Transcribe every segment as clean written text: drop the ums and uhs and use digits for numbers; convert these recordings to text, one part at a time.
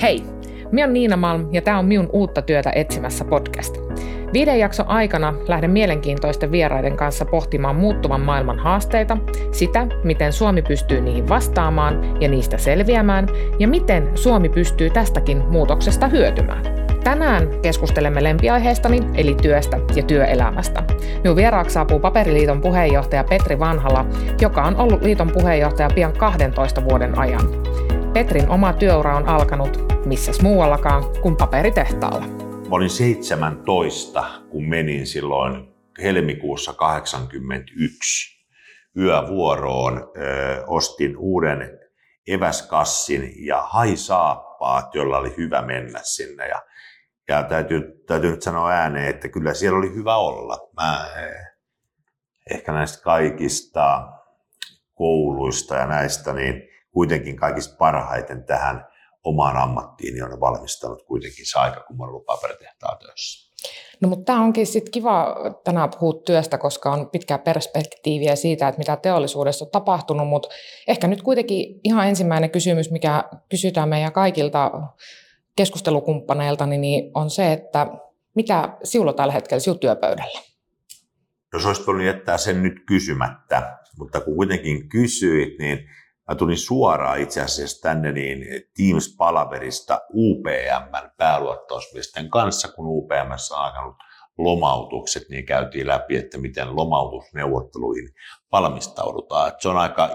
Hei, minä olen Niina Malm ja tämä on minun uutta työtä etsimässä podcast. 5 jakson aikana lähden mielenkiintoisten vieraiden kanssa pohtimaan muuttuvan maailman haasteita, sitä, miten Suomi pystyy niihin vastaamaan ja niistä selviämään, ja miten Suomi pystyy tästäkin muutoksesta hyötymään. Tänään keskustelemme lempiaiheestani, eli työstä ja työelämästä. Minun vieraaksi saapuu Paperiliiton puheenjohtaja Petri Vanhala, joka on ollut liiton puheenjohtaja pian 12 vuoden ajan. Petrin oma työura on alkanut missäs muuallakaan kuin paperitehtaalla. Mä olin 17, kun menin silloin helmikuussa 1981 yövuoroon. Ostin uuden eväskassin ja haisaappaat, jolla oli hyvä mennä sinne. Ja täytyy nyt sanoa ääneen, että kyllä siellä oli hyvä olla. Mä ehkä näistä kaikista kouluista ja näistä, niin kuitenkin kaikista parhaiten tähän omaan ammattiin on valmistanut kuitenkin se aika, kun mä olen ollut paperitehtaan töissä. No mutta tämä onkin sitten kiva tänään puhua työstä, koska on pitkää perspektiiviä siitä, että mitä teollisuudessa on tapahtunut, mutta ehkä nyt kuitenkin ihan ensimmäinen kysymys, mikä kysytään meidän kaikilta keskustelukumppaneilta, niin on se, että mitä sinulla on tällä hetkellä sinun työpöydällä? No se olisi voinut jättää sen nyt kysymättä, mutta kun kuitenkin kysyit, niin mä tulin suoraan itse asiassa tänne Teams-palaverista UPM:n pääluottamusmiesten kanssa, kun UPM:ssä on alkanut lomautukset, niin käytiin läpi, että miten lomautusneuvotteluihin valmistaudutaan. Että se on aika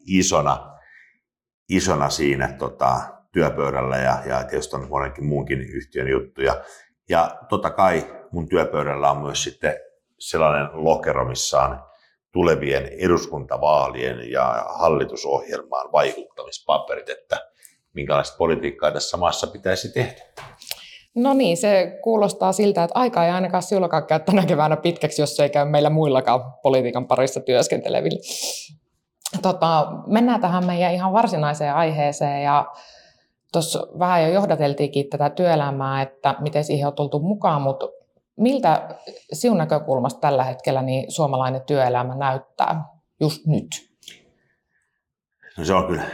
isona siinä työpöydällä ja tietysti on monenkin muunkin yhtiön juttuja. Ja totta kai mun työpöydällä on myös sitten sellainen lokero, missä on tulevien eduskuntavaalien ja hallitusohjelmaan vaikuttamispaperit, että minkälaista politiikkaa tässä maassa pitäisi tehdä. No niin, se kuulostaa siltä, että aika ei ainakaan sinullakaan käy tänä keväänä pitkäksi, jos ei käy meillä muillakaan politiikan parissa työskentelevillä. Mennään tähän meidän ihan varsinaiseen aiheeseen ja tuossa vähän jo johdateltiinkin tätä työelämää, että miten siihen on tultu mukaan, mutta miltä sinun näkökulmasta tällä hetkellä niin suomalainen työelämä näyttää just nyt? No se on kyllä,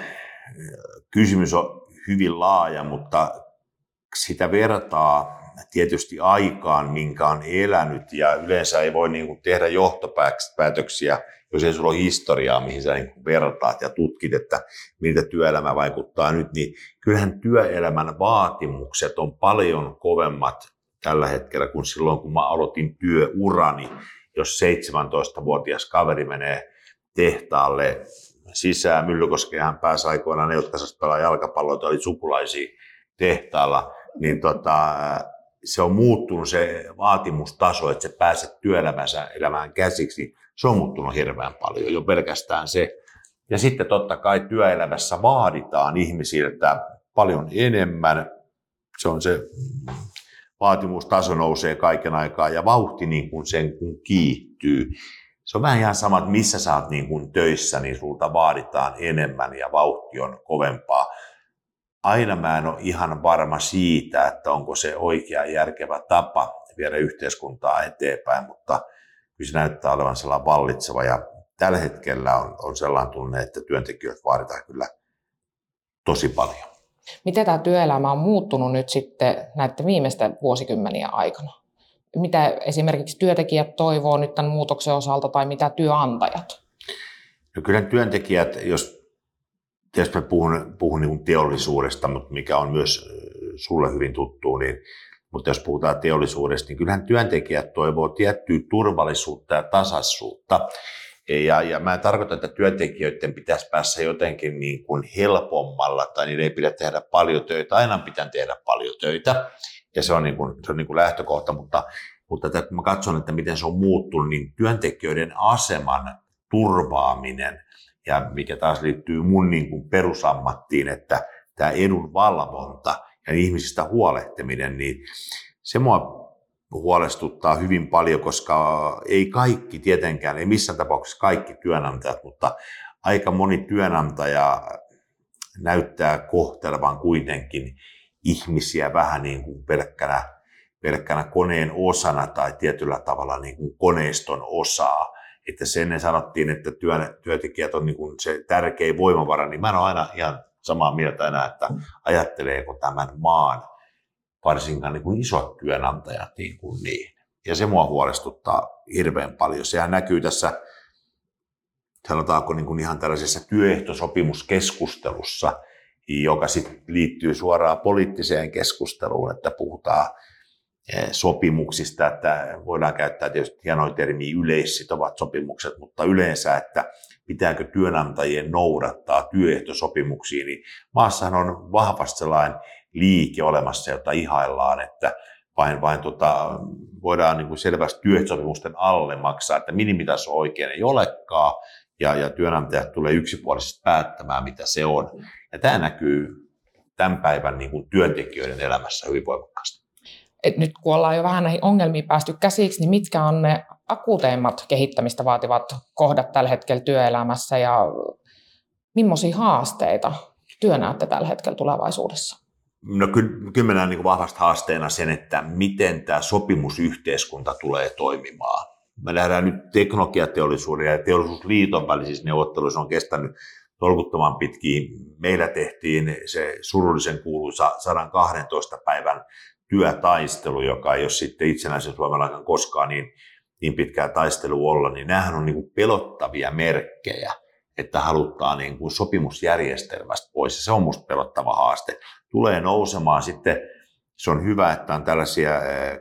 kysymys on hyvin laaja, mutta sitä vertaa tietysti aikaan, minkä on elänyt, ja yleensä ei voi tehdä johtopäätöksiä, jos ei sulla ole historiaa, mihin sä vertaat ja tutkit, että miltä työelämä vaikuttaa nyt, niin kyllähän työelämän vaatimukset on paljon kovemmat tällä hetkellä kuin silloin, kun mä aloitin työurani. Jos 17-vuotias kaveri menee tehtaalle sisään, Myllykoskeenhan pääsi aikoinaan ne, jotka pelaa jalkapalloa, oli sukulaisia tehtaalla, niin se on muuttunut se vaatimustaso, että sä pääset työelämään käsiksi. Se on muuttunut hirveän paljon, jo pelkästään se. Ja sitten totta kai työelämässä vaaditaan ihmisiltä paljon enemmän. Se on se vaatimustaso nousee kaiken aikaa ja vauhti sen kun kiihtyy. Se on vähän ihan sama, että missä sä oot töissä, niin sulta vaaditaan enemmän ja vauhti on kovempaa. Aina mä en ole ihan varma siitä, että onko se oikea järkevä tapa viedä yhteiskuntaa eteenpäin, mutta kyllä se näyttää olevan sellainen vallitseva ja tällä hetkellä on sellainen tunne, että työntekijöitä vaaditaan kyllä tosi paljon. Miten tämä työelämä on muuttunut nyt sitten näiden viimeisten vuosikymmenien aikana? Mitä esimerkiksi työntekijät toivoo nyt tämän muutoksen osalta tai mitä työnantajat? No kyllä työntekijät, jos tietysti mä puhun teollisuudesta, mutta mikä on myös sulle hyvin tuttu, mutta jos puhutaan teollisuudesta, niin kyllähän työntekijät toivoo tiettyä turvallisuutta ja tasaisuutta. Ja mä en tarkoita, että työntekijöiden pitäisi päässä jotenkin helpommalla tai niiden ei pidä tehdä paljon töitä. Aina pitää tehdä paljon töitä ja se on lähtökohta, mutta kun mä katson, että miten se on muuttunut, niin työntekijöiden aseman turvaaminen ja mikä taas liittyy mun perusammattiin, että tämä edunvalvonta ja ihmisistä huolehtiminen, niin se mua huolestuttaa hyvin paljon, koska ei kaikki tietenkään, ei missään tapauksessa kaikki työnantajat, mutta aika moni työnantaja näyttää kohtelevan kuitenkin ihmisiä vähän pelkkänä koneen osana tai tietyllä tavalla koneiston osaa. Että sen sanottiin, että työntekijät on se tärkein voimavara, niin mä en ole aina ihan samaa mieltä enää, että ajatteleeko tämän maan varsinkaan niin kuin isot työnantajat niin. Ja se mua huolestuttaa hirveän paljon. Sehän näkyy tässä, sanotaanko niin kuin ihan tällaisessa työehtosopimuskeskustelussa, joka sitten liittyy suoraan poliittiseen keskusteluun, että puhutaan sopimuksista, että voidaan käyttää tietysti hienoja termiä yleissitovat sopimukset, mutta yleensä, että pitääkö työnantajien noudattaa työehtosopimuksia, niin maassahan on vahvasti sellainen liike olemassa, jota ihaillaan, että vain voidaan niin kuin selvästi työehtosopimusten alle maksaa, että minimitaso oikein ei olekaan, ja työnantajat tulee yksipuolisesti päättämään, mitä se on. Ja tämä näkyy tämän päivän niin kuin työntekijöiden elämässä hyvin voimakkaasti. Nyt kun ollaan jo vähän näihin ongelmiin päästy käsiksi, niin mitkä on ne akuuteimmat kehittämistä vaativat kohdat tällä hetkellä työelämässä ja millaisia haasteita työ näette tällä hetkellä tulevaisuudessa? No kyllä mä näen niin kuin vahvasti haasteena sen, että miten tämä sopimusyhteiskunta tulee toimimaan. Me nähdään nyt teknologiateollisuuden ja teollisuusliiton välisissä neuvotteluissa on kestänyt tolkuttoman pitkiä. Meillä tehtiin se surullisen kuuluisa 112 päivän työtaistelu, joka ei ole sitten itsenäisen Suomen aikana koskaan niin pitkää taistelua olla, niin nämähän on niin kuin pelottavia merkkejä, että halutaan niin kuin sopimusjärjestelmästä pois. Ja se on musta pelottava haaste. Tulee nousemaan sitten, se on hyvä, että on tällaisia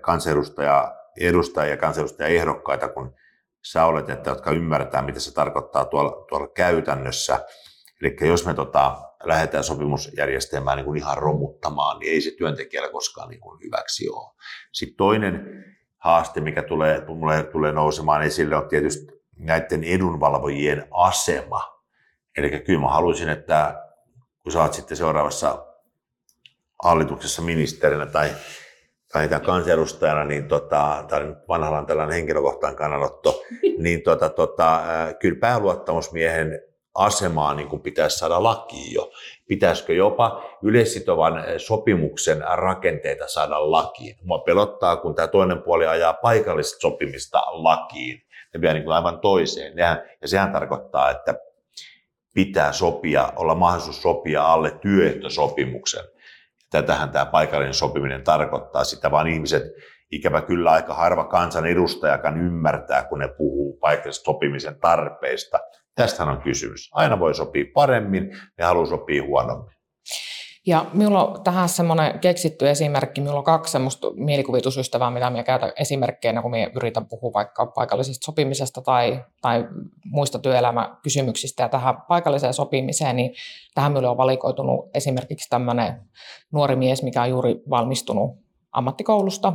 edustajia ja kansanedustajaehdokkaita, kun sä olet, että jotka ymmärretään, mitä se tarkoittaa tuolla käytännössä. Eli jos me lähdetään sopimusjärjestelmää niin kuin ihan romuttamaan, niin ei se työntekijällä koskaan niin kuin hyväksi ole. Sitten toinen haaste, mikä tulee nousemaan esille, on tietysti näiden edunvalvojien asema. Eli kyllä mä haluaisin, että kun sä oot sitten seuraavassa hallituksessa ministerinä tai kansanedustajana, niin tämä on vanhallaan tällainen henkilökohtainen kannanotto, niin kyllä pääluottamusmiehen asemaa niin kuin pitäisi saada lakiin jo. Pitäisikö jopa yleissitovan sopimuksen rakenteita saada lakiin? Mua pelottaa, kun tämä toinen puoli ajaa paikallista sopimista lakiin. Ne vie niin kuin aivan toiseen. Ja sehän tarkoittaa, että pitää olla mahdollisuus sopia alle työehtosopimuksen. Tätähän tämä paikallinen sopiminen tarkoittaa. Sitä vaan ihmiset, ikävä kyllä aika harva kansanedustajakaan ymmärtää, kun ne puhuu paikallisen sopimisen tarpeista. Tästähän on kysymys. Aina voi sopia paremmin, ne haluaa sopia huonommin. Ja minulla on tähän semmoinen keksitty esimerkki. Minulla on 2 semmoista mielikuvitusystävää, mitä minä käytän esimerkkeinä, kun minä yritän puhua vaikka paikallisesta sopimisesta tai muista työelämäkysymyksistä. Ja tähän paikalliseen sopimiseen, niin tähän minulle on valikoitunut esimerkiksi tämmöinen nuori mies, mikä on juuri valmistunut ammattikoulusta.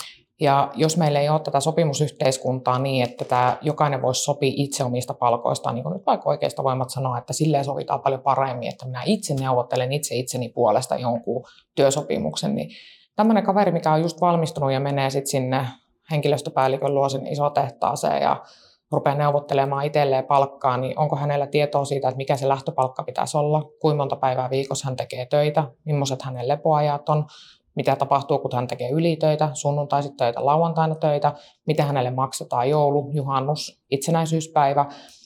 Ja jos meillä ei ole tätä sopimusyhteiskuntaa niin, että jokainen voisi sopia itse omista palkoistaan, niin kuin nyt vaikka oikeista voimat sanoa, että silleen sovitaan paljon paremmin, että minä itse neuvottelen itseni puolesta jonkun työsopimuksen, niin tämmöinen kaveri, mikä on just valmistunut ja menee sitten sinne henkilöstöpäällikön luo sinne isotehtaaseen ja rupeaa neuvottelemaan itselleen palkkaa, niin onko hänellä tietoa siitä, että mikä se lähtöpalkka pitäisi olla, kuinka monta päivää viikossa hän tekee töitä, millaiset hänen lepoajat on, mitä tapahtuu, kun hän tekee ylitöitä, sunnuntaisit töitä, lauantaina töitä, mitä hänelle maksetaan joulu, juhannus, itsenäisyyspäivä.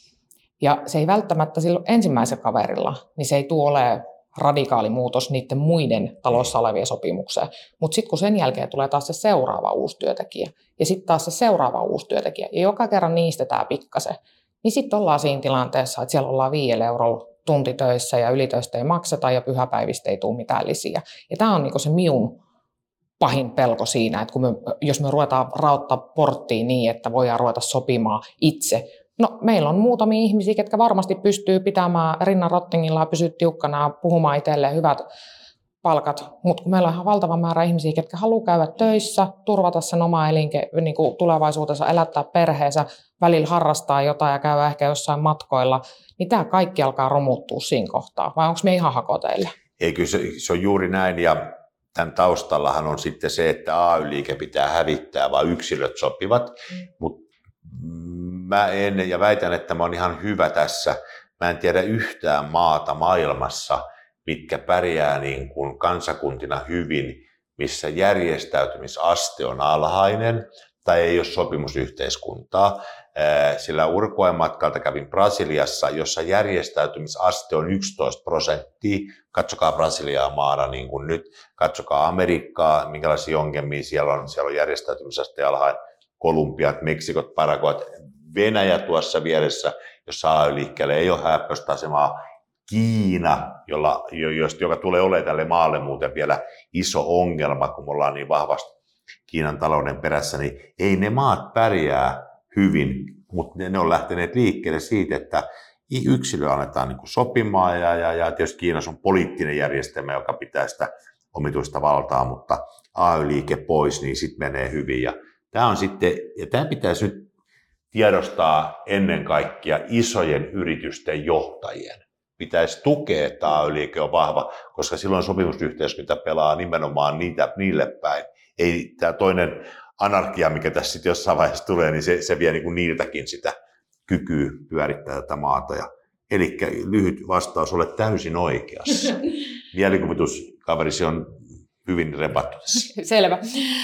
Ja se ei välttämättä silloin ensimmäisellä kaverilla, niin se ei tule olemaan radikaali muutos niiden muiden talossa olevien sopimukseen. Mutta sitten kun sen jälkeen tulee taas se seuraava uusi työntekijä, ja sitten taas se seuraava uusi työntekijä, ja joka kerran niistetään pikkasen, niin sitten ollaan siinä tilanteessa, että siellä ollaan 5 eurolla tuntitöissä ja ylitöistä ei makseta ja pyhäpäivistä ei tule mitään lisiä. Ja tämä on niinku se minun pahin pelko siinä, että jos me ruvetaan raottaa porttiin niin, että voidaan ruveta sopimaan itse. No meillä on muutamia ihmisiä, jotka varmasti pystyy pitämään rinnan rottingilla ja pysyä tiukkana ja puhumaan itselleen hyvät palkat, mutta meillä on ihan valtava määrä ihmisiä, jotka haluaa käydä töissä, turvata sen oma niin tulevaisuutensa, elättää perheensä, välillä harrastaa jotain ja käydä ehkä jossain matkoilla, niin tämä kaikki alkaa romuttua siinä kohtaa. Vai onko me ihan hakoteille? Ei, kyllä se on juuri näin, ja tämän taustallahan on sitten se, että AY-liike pitää hävittää, vaan yksilöt sopivat, mutta mä en, ja väitän, että mä oon ihan hyvä tässä, mä en tiedä yhtään maata maailmassa, mitkä pärjää niin kuin kansakuntina hyvin, missä järjestäytymisaste on alhainen, tai ei ole sopimusyhteiskuntaa. Sillä Uruguayn matkalta kävin Brasiliassa, jossa järjestäytymisaste on 11%. Katsokaa Brasiliaa maana niin kuin nyt, katsokaa Amerikkaa, minkälaisia ongelmia siellä on järjestäytymisaste alhain, Kolumbiat, Meksikot, Paraguayt, Venäjä tuossa vieressä, jossa AY-liikkeelle ei ole hääppöistä asemaa, Kiina, joka tulee olemaan tälle maalle muuten vielä iso ongelma, kun me ollaan niin vahvasti Kiinan talouden perässä, niin ei ne maat pärjää hyvin, mutta ne on lähteneet liikkeelle siitä, että yksilö annetaan niin kuin sopimaan ja tietysti Kiinassa on poliittinen järjestelmä, joka pitää sitä omituista valtaa, mutta AY-liike pois, niin sitten menee hyvin. Ja tämä pitäisi nyt tiedostaa ennen kaikkea isojen yritysten johtajien. Pitäisi tukea, että AY-liike on vahva, koska silloin sopimusyhteiskunta pelaa nimenomaan niille päin. Ei tämä toinen anarkia, mikä tässä sitten jossain vaiheessa tulee, niin se vie niin kuin niiltäkin sitä kykyä pyörittää tätä maata. Eli lyhyt vastaus, olet täysin oikeassa. Mielikuvituskaverisi on hyvin repattu tässä. Selvä.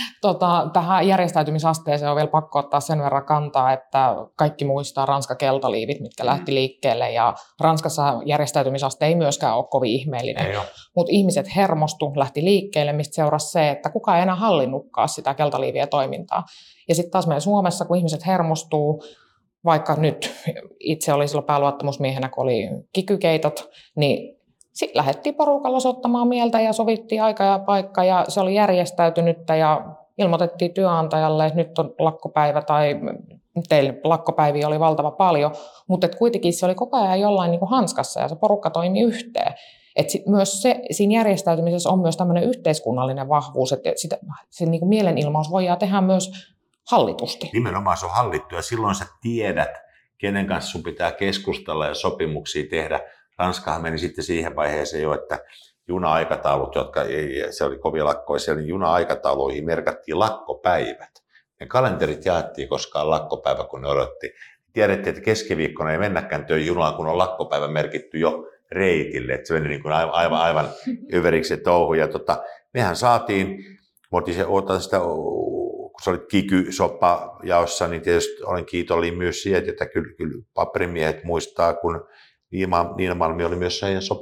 Tähän järjestäytymisasteeseen on vielä pakko ottaa sen verran kantaa, että kaikki muistaa Ranska-keltaliivit, mitkä lähti liikkeelle, ja Ranskassa järjestäytymisaste ei myöskään ole kovin ihmeellinen. Mutta ihmiset hermostu, lähti liikkeelle, mistä seurasi se, että kukaan ei enää hallinnutkaan sitä keltaliivien toimintaa. Ja sitten taas meidän Suomessa, kun ihmiset hermostuu, vaikka nyt itse oli silloin pääluottamusmiehenä, kun oli kikykeitot, niin sitten lähdettiin porukalla osoittamaan mieltä ja sovittiin aika ja paikka ja se oli järjestäytynyttä ja ilmoitettiin työnantajalle, että nyt on lakkopäivä tai teillä lakkopäiviä oli valtava paljon, mutta kuitenkin se oli koko ajan jollain niin kuin hanskassa ja se porukka toimi yhteen. Myös siinä järjestäytymisessä on myös tämmöinen yhteiskunnallinen vahvuus, että se niin kuin mielenilmaus voidaan tehdä myös hallitusti. Nimenomaan se on hallittu ja silloin sä tiedät, kenen kanssa sun pitää keskustella ja sopimuksia tehdä. Ranskahan meni sitten siihen vaiheeseen jo, että juna-aikataulut, se oli kovia lakkoja, siellä niin juna-aikatauluihin merkattiin lakkopäivät. Ne kalenterit jaettiin koskaan lakkopäivä, kun ne odotti. Tiedettiin, että keskiviikkona ei mennäkään junaan, kun on lakkopäivä merkitty jo reitille. Että se meni niin kuin aivan yveriksi touhu. Ja mehän saatiin, otan sitä, kun sä olit kiky-soppajaossa, niin tietysti olen kiitollinen myös siitä, että kyllä paperimiehet muistaa, kun Niina Malmi oli myös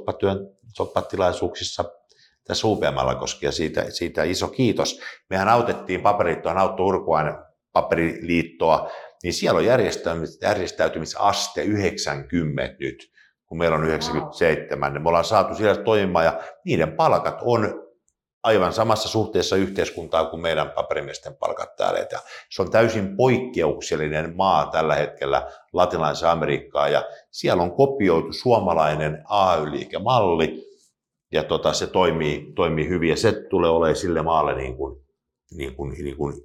soppatilaisuuksissa tässä UPM:llä koski ja siitä iso kiitos. Mehän autettiin Paperiliittoa, auttoi Uruguayn paperiliittoa, niin siellä on järjestäytymisaste 90 nyt, kun meillä on 97. Me ollaan saatu siellä toimimaan ja niiden palkat on aivan samassa suhteessa yhteiskuntaa kuin meidän paperimiesten palkat täällä. Ja se on täysin poikkeuksellinen maa tällä hetkellä latinalaisessa Amerikkaan ja siellä on kopioitu suomalainen AY-liikemalli ja se toimii hyvin ja se tulee olemaan sille maalle niin kuin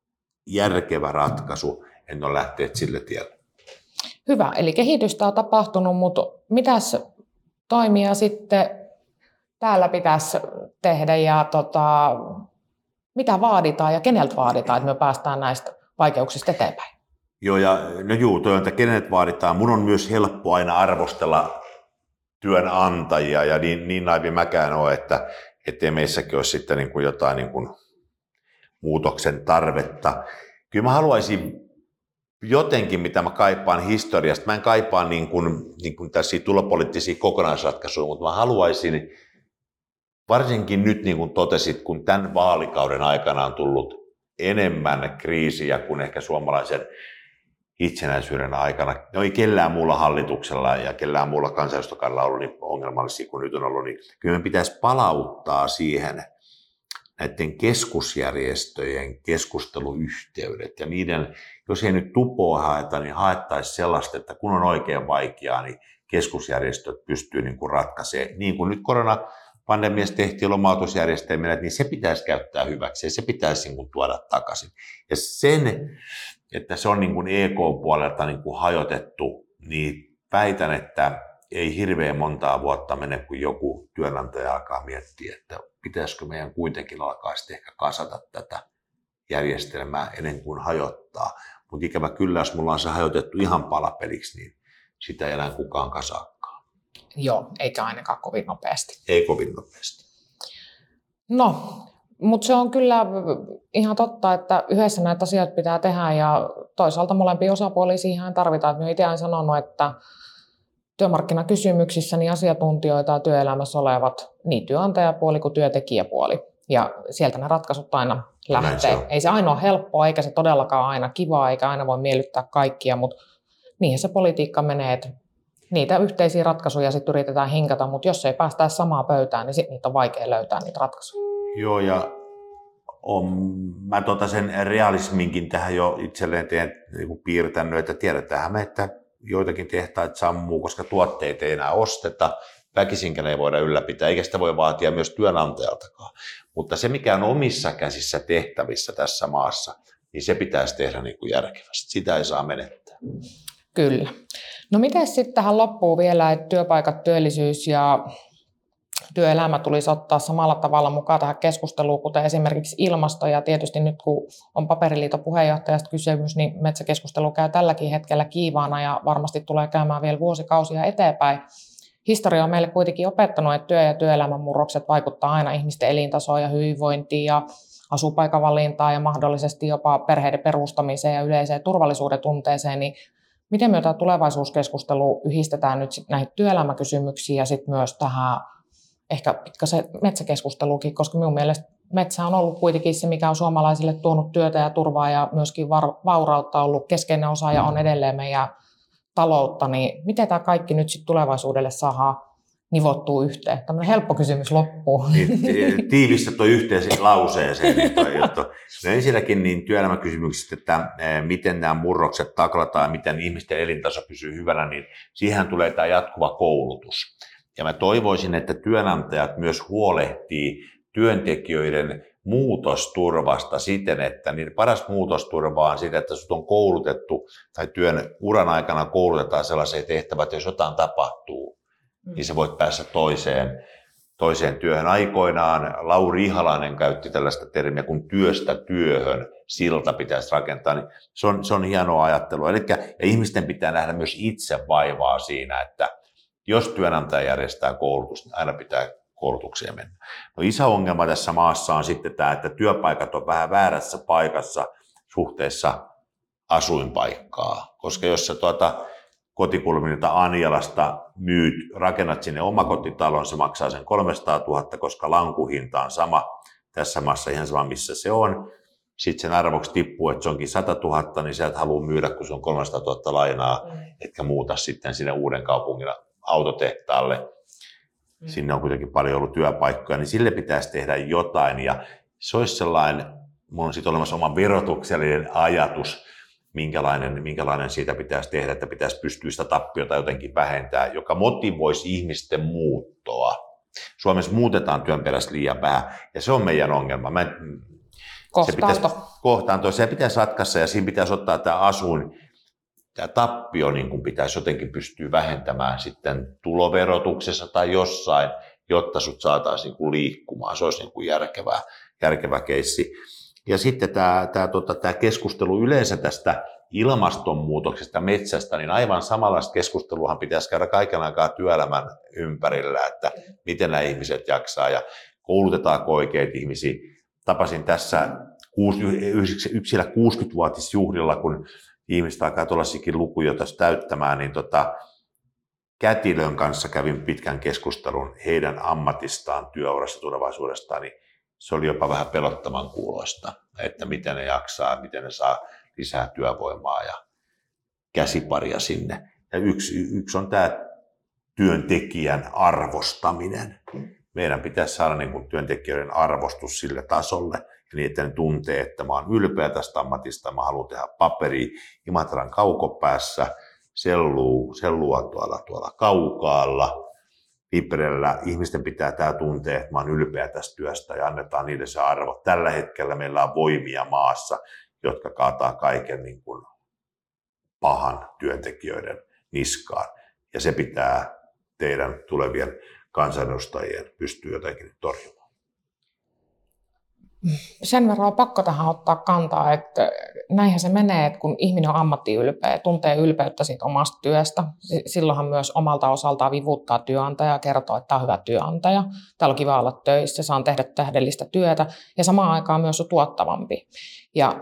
järkevä ratkaisu, en ole lähteet sille tielle. Hyvä, eli kehitystä on tapahtunut, mutta mitäs toimia sitten täällä pitäisi tehdä ja mitä vaaditaan ja keneltä vaaditaan, että me päästään näistä vaikeuksista eteenpäin? Joo, että keneltä vaaditaan. Mun on myös helppo aina arvostella työnantajia ja niin naivi mäkään ole, että ettei meissäkin ole sitten niin kuin jotain niin kuin muutoksen tarvetta. Kyllä mä haluaisin jotenkin, mitä mä kaipaan historiasta, mä en kaipaa niin kuin tässä tulopoliittisia kokonaisratkaisuja, mutta mä haluaisin varsinkin nyt, niin kuin totesit, kun tämän vaalikauden aikana on tullut enemmän kriisiä kuin ehkä suomalaisen itsenäisyyden aikana. No ei kellään muulla hallituksella ja kellään muulla kansanedustajalla ollut niin ongelmallisia kuin nyt on ollut, niin kyllä me pitäisi palauttaa siihen näiden keskusjärjestöjen keskusteluyhteydet ja niiden, jos ei nyt tupoa haeta, niin haettaisiin sellaista, että kun on oikein vaikeaa, niin keskusjärjestöt pystyy niin kuin ratkaisemaan. Niin kuin nyt koronapandemiassa tehtiin lomautusjärjestelmillä, niin se pitäisi käyttää hyväksi ja se pitäisi niin kuin tuoda takaisin. Ja sen, että se on niin kuin EK-puolelta niin kuin hajotettu, niin väitän, että ei hirveän montaa vuotta mene, kun joku työnantaja alkaa miettiä, että pitäisikö meidän kuitenkin alkaa sitten ehkä kasata tätä järjestelmää ennen kuin hajottaa. Mutta ikävä kyllä, jos mulla on se hajotettu ihan palapeliksi, niin sitä ei enää kukaan kasaakaan. Joo, eikä ainakaan kovin nopeasti. Ei kovin nopeasti. No, Mutta se on kyllä ihan totta, että yhdessä näitä asioita pitää tehdä ja toisaalta molempia osapuolia siihen tarvitaan. Minä itse olen sanonut, että työmarkkinakysymyksissä niin asiantuntijoita työelämässä olevat niin työnantajapuoli kuin työntekijäpuoli. Ja sieltä ne ratkaisut aina lähtee. Ei se aina ole helppoa, eikä se todellakaan aina kivaa, eikä aina voi miellyttää kaikkia, mutta niihin se politiikka menee, että niitä yhteisiä ratkaisuja sitten yritetään hinkata, mutta jos ei päästä samaan pöytään, niin sitten niitä on vaikea löytää niitä ratkaisuja. Joo, ja mä sen realisminkin tähän jo itselleen piirtänyt, että tiedetäänhän me, että joitakin tehtaita sammuu, koska tuotteita ei enää osteta, väkisinkään ei voida ylläpitää, eikä sitä voi vaatia myös työnantajaltakaan. Mutta se, mikä on omissa käsissä tehtävissä tässä maassa, niin se pitäisi tehdä niin kuin järkevästi. Sitä ei saa menettää. Kyllä. No miten sitten tähän loppuu vielä, että työpaikat, työllisyys ja työelämä tulisi ottaa samalla tavalla mukaan tähän keskusteluun, kuten esimerkiksi ilmasto. Ja tietysti nyt kun on Paperiliiton puheenjohtajasta kysymys, niin metsäkeskustelu käy tälläkin hetkellä kiivaana ja varmasti tulee käymään vielä vuosikausia eteenpäin. Historia on meille kuitenkin opettanut, että työ- ja työelämän murrokset vaikuttaa aina ihmisten elintasoon ja hyvinvointiin ja asupaikan valintaan ja mahdollisesti jopa perheiden perustamiseen ja yleiseen turvallisuuden tunteeseen. Niin miten me tämä tulevaisuuskeskustelu yhdistetään nyt sit näihin työelämäkysymyksiin ja sitten myös tähän ehkä pikkasen metsäkeskusteluukin, koska minun mielestä metsä on ollut kuitenkin se, mikä on suomalaisille tuonut työtä ja turvaa ja myöskin vaurautta ollut keskeinen osa ja on edelleen meidän taloutta, niin miten tämä kaikki nyt sitten tulevaisuudelle saadaan nivottua yhteen? Tämmöinen helppo kysymys loppuu. Tiivistä tuo yhteiseen lauseeseen. No ensinnäkin niin työelämäkysymykset, että miten nämä murrokset taklataan ja miten ihmisten elintaso pysyy hyvänä, niin siihen tulee tämä jatkuva koulutus. Ja mä toivoisin, että työnantajat myös huolehtii työntekijöiden muutosturvasta siten, että niin paras muutosturva on sitä, että sut on koulutettu tai työn uran aikana koulutetaan sellaisia tehtävät, että jos jotain tapahtuu, niin sä voit päästä toiseen työhön. Aikoinaan Lauri Ihalainen käytti tällaista termiä kuin työstä työhön, silta pitäisi rakentaa, niin se on hienoa ajattelua. Elikkä, ja ihmisten pitää nähdä myös itse vaivaa siinä, että jos työnantaja järjestää koulutusta, niin aina pitää koulutukseen mennä. No iso ongelma tässä maassa on sitten tämä, että työpaikat on vähän väärässä paikassa suhteessa asuinpaikkaa, koska jos sä kotikulmilta Anjalasta myyt, rakennat sinne omakotitalon, se maksaa sen 300 000, koska lankuhinta on sama tässä maassa, ihan sama missä se on. Sitten sen arvoksi tippuu, että se onkin 100 000, niin sä et halua myydä, kun se on 300 000 lainaa, etkä muuta sitten sinne uuden kaupungin autotehtaalle. Sinne on kuitenkin paljon ollut työpaikkoja, niin sille pitäisi tehdä jotain. Ja se olisi sellainen, minulla on sitten olemassa oma verotuksellinen ajatus, minkälainen siitä pitäisi tehdä, että pitäisi pystyä sitä tappiota jotenkin vähentää, joka motivoisi ihmisten muuttoa. Suomessa muutetaan työn perässä liian vähän, ja se on meidän ongelma. Kohtaanto. Se pitäisi ratkaista, ja siinä pitäisi ottaa tämä tappio niin kuin pitäisi jotenkin pystyä vähentämään sitten tuloverotuksessa tai jossain, jotta sut saataisiin niin kuin liikkumaan. Se olisi niin kuin järkevä keissi. Ja sitten tämä keskustelu yleensä tästä ilmastonmuutoksesta, metsästä, niin aivan samanlaista keskusteluahan pitäisi käydä kaiken aikaa työelämän ympärillä, että miten nämä ihmiset jaksaa ja koulutetaanko oikeita ihmisiä. Tapasin tässä yksillä 60-vuotisjuhlilla, kun ihmiset alkaa tuollaisiakin lukuja tässä täyttämään, niin Kätilön kanssa kävin pitkän keskustelun heidän ammatistaan, työurasta, tulevaisuudestaan, niin se oli jopa vähän pelottavan kuuloista, että miten ne jaksaa, miten ne saa lisää työvoimaa ja käsiparia sinne. Ja yksi on tämä työntekijän arvostaminen. Meidän pitäisi saada niin kuin työntekijöiden arvostus sille tasolle, niin että ne tuntee, että mä oon ylpeä tästä ammatista, mä haluan tehdä paperia Imatran kaukopäässä, sellua tuolla Kaukaalla, Piprellä. Ihmisten pitää tämä tuntea, että mä oon ylpeä tästä työstä ja annetaan niille se arvo. Tällä hetkellä meillä on voimia maassa, jotka kaataa kaiken niin kuin pahan työntekijöiden niskaan. Ja se pitää teidän tulevien kansanedustajien pystyä jotenkin torjumaan. Sen verran on pakko tähän ottaa kantaa, että näinhän se menee, että kun ihminen on ammattiylpeä, tuntee ylpeyttä siitä omasta työstä, silloinhan myös omalta osaltaan vivuttaa työnantaja ja kertoo, että tämä on hyvä työnantaja, täällä on kiva olla töissä, saan tehdä tähdellistä työtä ja samaan aikaan myös on tuottavampi. Ja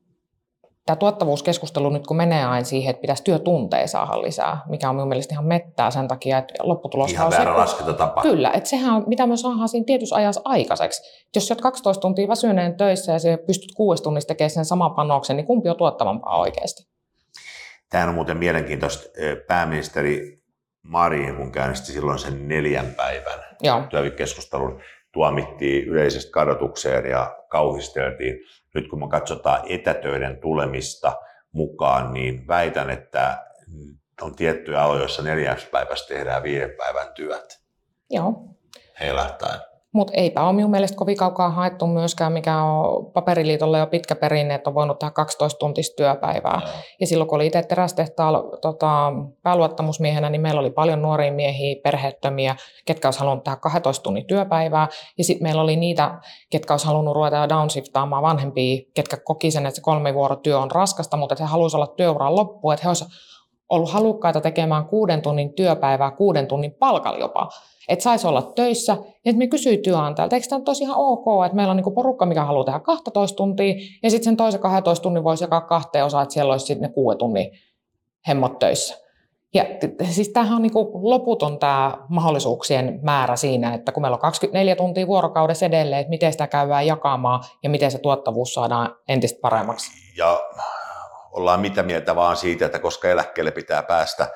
tämä tuottavuuskeskustelu nyt kun menee aina siihen, että pitäisi työtunteja saada lisää, mikä on minun mielestä ihan mettää sen takia, että lopputulos ihan on väärä laskentatapa. Kyllä, että sehän on, mitä me saadaan siinä tietyssä ajassa aikaiseksi. Jos olet 12 tuntia väsyneen töissä ja pystyt 6 tunnissa tekemään sen saman panoksen, niin kumpi on tuottavampaa oikeasti? Tämä on muuten mielenkiintoista. Pääministeri Marin, kun käynnisti silloin sen 4 päivän työviikkokeskustelun, tuomittiin yleisestä kadotukseen ja kauhisteltiin. Nyt kun me katsotaan etätöiden tulemista mukaan, niin väitän, että on tiettyjä aloja, joissa 4 päivässä tehdään 5 päivän työt. Joo. Heilahtaen. Mutta eipä ole minun mielestä kovin kaukaa haettu myöskään, mikä on Paperiliitolle jo pitkä perinne, että on voinut tehdä 12-tuntista työpäivää. No. Ja silloin kun oli itse terästehtaalla pääluottamusmiehenä, niin meillä oli paljon nuoria miehiä, perheettömiä, ketkä olisi halunnut tehdä 12 tunnin työpäivää. Ja sitten meillä oli niitä, ketkä olisi halunnut ruveta downshiftaamaan vanhempia, ketkä koki sen, että se 3-vuorotyö on raskasta, mutta että he haluaisivat olla työuran loppuun, että he olisivat ollut halukkaita tekemään 6 tunnin työpäivää 6 tunnin palkalla jopa. Että saisi olla töissä. Ja me kysyi työnantajalta, eikö tämä ole ihan ok, että meillä on niinku porukka, mikä haluaa tehdä 12 tuntia, ja sitten sen toisen 12 tunnin voisi jakaa 2 osaa, että siellä olisi sitten ne 6 tunnin hemmot töissä. Ja siis tämähän on niinku loputon tämä mahdollisuuksien määrä siinä, että kun meillä on 24 tuntia vuorokaudessa edelleen, että miten sitä käydään jakamaan ja miten se tuottavuus saadaan entistä paremmaksi. Ja ollaan mitä mieltä vaan siitä, että koska eläkkeelle pitää päästä.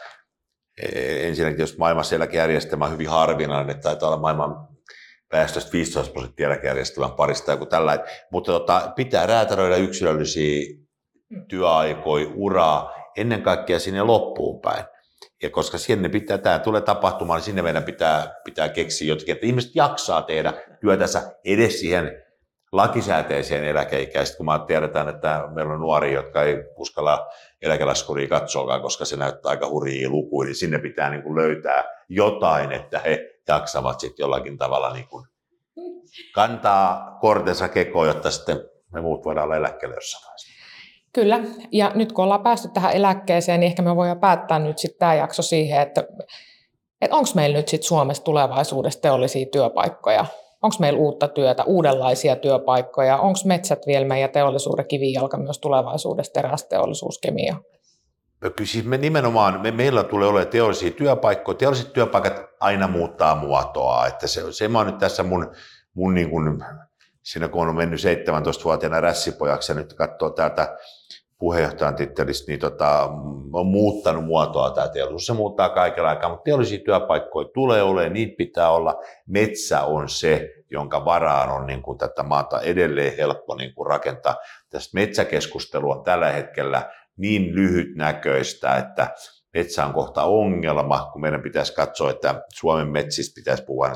Ensinnäkin, jos maailmassa eläkejärjestelmä on hyvin harvinainen, että taitaa olla maailman väestöstä 15% eläkejärjestelmän parista joku tällainen, mutta pitää räätälöidä yksilöllisiä työaikoja, uraa, ennen kaikkea sinne loppuun päin. Ja koska sinne tämä tulee tapahtumaan, niin sinne meidän pitää keksiä jotenkin, että ihmiset jaksaa tehdä työtänsä edes siihen lakisääteiseen eläkeikäisesti, kun tiedetään, että meillä on nuoria, jotka ei uskalla eläkelaskuria katsoakaan, koska se näyttää aika hurjia lukuja, niin sinne pitää niin kuin löytää jotain, että he jaksavat sitten jollakin tavalla niin kuin kantaa kortensa kekoon, jotta sitten me muut voidaan olla eläkkeelle jossain vaiheessa. Kyllä, ja nyt kun ollaan päästy tähän eläkkeeseen, niin ehkä me voidaan päättää nyt sitten tämä jakso siihen, että onko meillä nyt sitten Suomessa tulevaisuudessa teollisia työpaikkoja? Onko meillä uutta työtä, uudenlaisia työpaikkoja? Onko metsät vielä meidän teollisuuden kivijalka myös tulevaisuudessa, terästeollisuus, kemia? Kyllä siis meillä tulee olemaan teollisia työpaikkoja. Teolliset työpaikat aina muuttaa muotoa. Että se mä oon nyt tässä mun niin kuin, siinä kun on mennyt 17-vuotiaana rässipojaksi ja nyt katsoo täältä puheenjohtajan tittelistä, niin on muuttanut muotoa tämä teollisuus. Se muuttaa kaikella aikaa, mutta teollisia työpaikkoja tulee olemaan, niitä pitää olla. Metsä on se, jonka varaan on niin kuin tätä maata edelleen helppo niin kuin rakentaa. Tästä metsäkeskustelu on tällä hetkellä niin lyhytnäköistä, että metsä on kohta ongelma, kun meidän pitäisi katsoa, että Suomen metsistä pitäisi puhua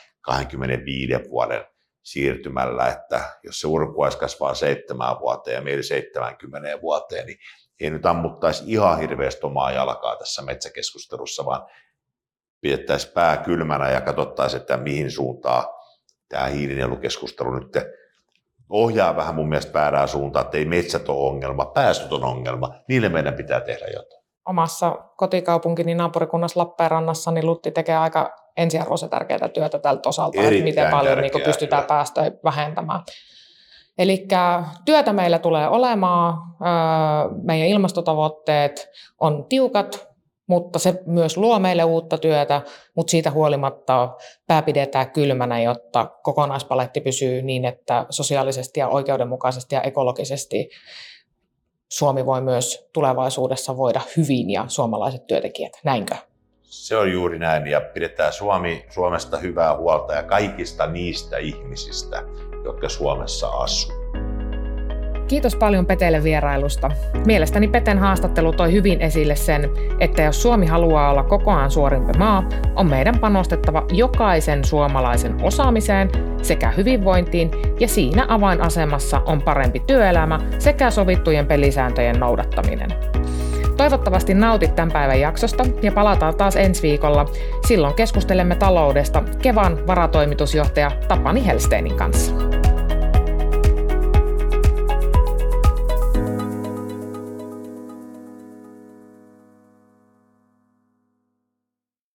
25 vuoden siirtymällä, että jos se urkuaisi kasvaa 7 vuoteen ja meillä 70 vuoteen, niin ei nyt ammuttaisi ihan hirveästi omaa jalkaa tässä metsäkeskustelussa, vaan pidettäisiin pää kylmänä ja katsottaisiin, että mihin suuntaan tämä hiilinielukeskustelu nyt ohjaa vähän mun mielestä väärään suuntaan, että ei metsät ole ongelma, päästöt on ongelma, niille meidän pitää tehdä jotain. Omassa kotikaupunkini naapurikunnassa Lappeenrannassa niin Lutti tekee aika ensiarvoisen tärkeää työtä tältä osalta, että miten paljon niin pystytään päästöjä vähentämään. Eli työtä meillä tulee olemaan, meidän ilmastotavoitteet on tiukat, mutta se myös luo meille uutta työtä, mutta siitä huolimatta pää pidetään kylmänä, jotta kokonaispaletti pysyy niin, että sosiaalisesti ja oikeudenmukaisesti ja ekologisesti Suomi voi myös tulevaisuudessa voida hyvin ja suomalaiset työntekijät. Näinkö? Se on juuri näin ja pidetään Suomesta hyvää huolta ja kaikista niistä ihmisistä, jotka Suomessa asuu. Kiitos paljon Petelle vierailusta. Mielestäni Peten haastattelu toi hyvin esille sen, että jos Suomi haluaa olla kokoaan suorimpi maa, on meidän panostettava jokaisen suomalaisen osaamiseen sekä hyvinvointiin, ja siinä avainasemassa on parempi työelämä sekä sovittujen pelisääntöjen noudattaminen. Toivottavasti nautit tämän päivän jaksosta ja palataan taas ensi viikolla. Silloin keskustelemme taloudesta Kevan varatoimitusjohtaja Tapani Hellsteinin kanssa.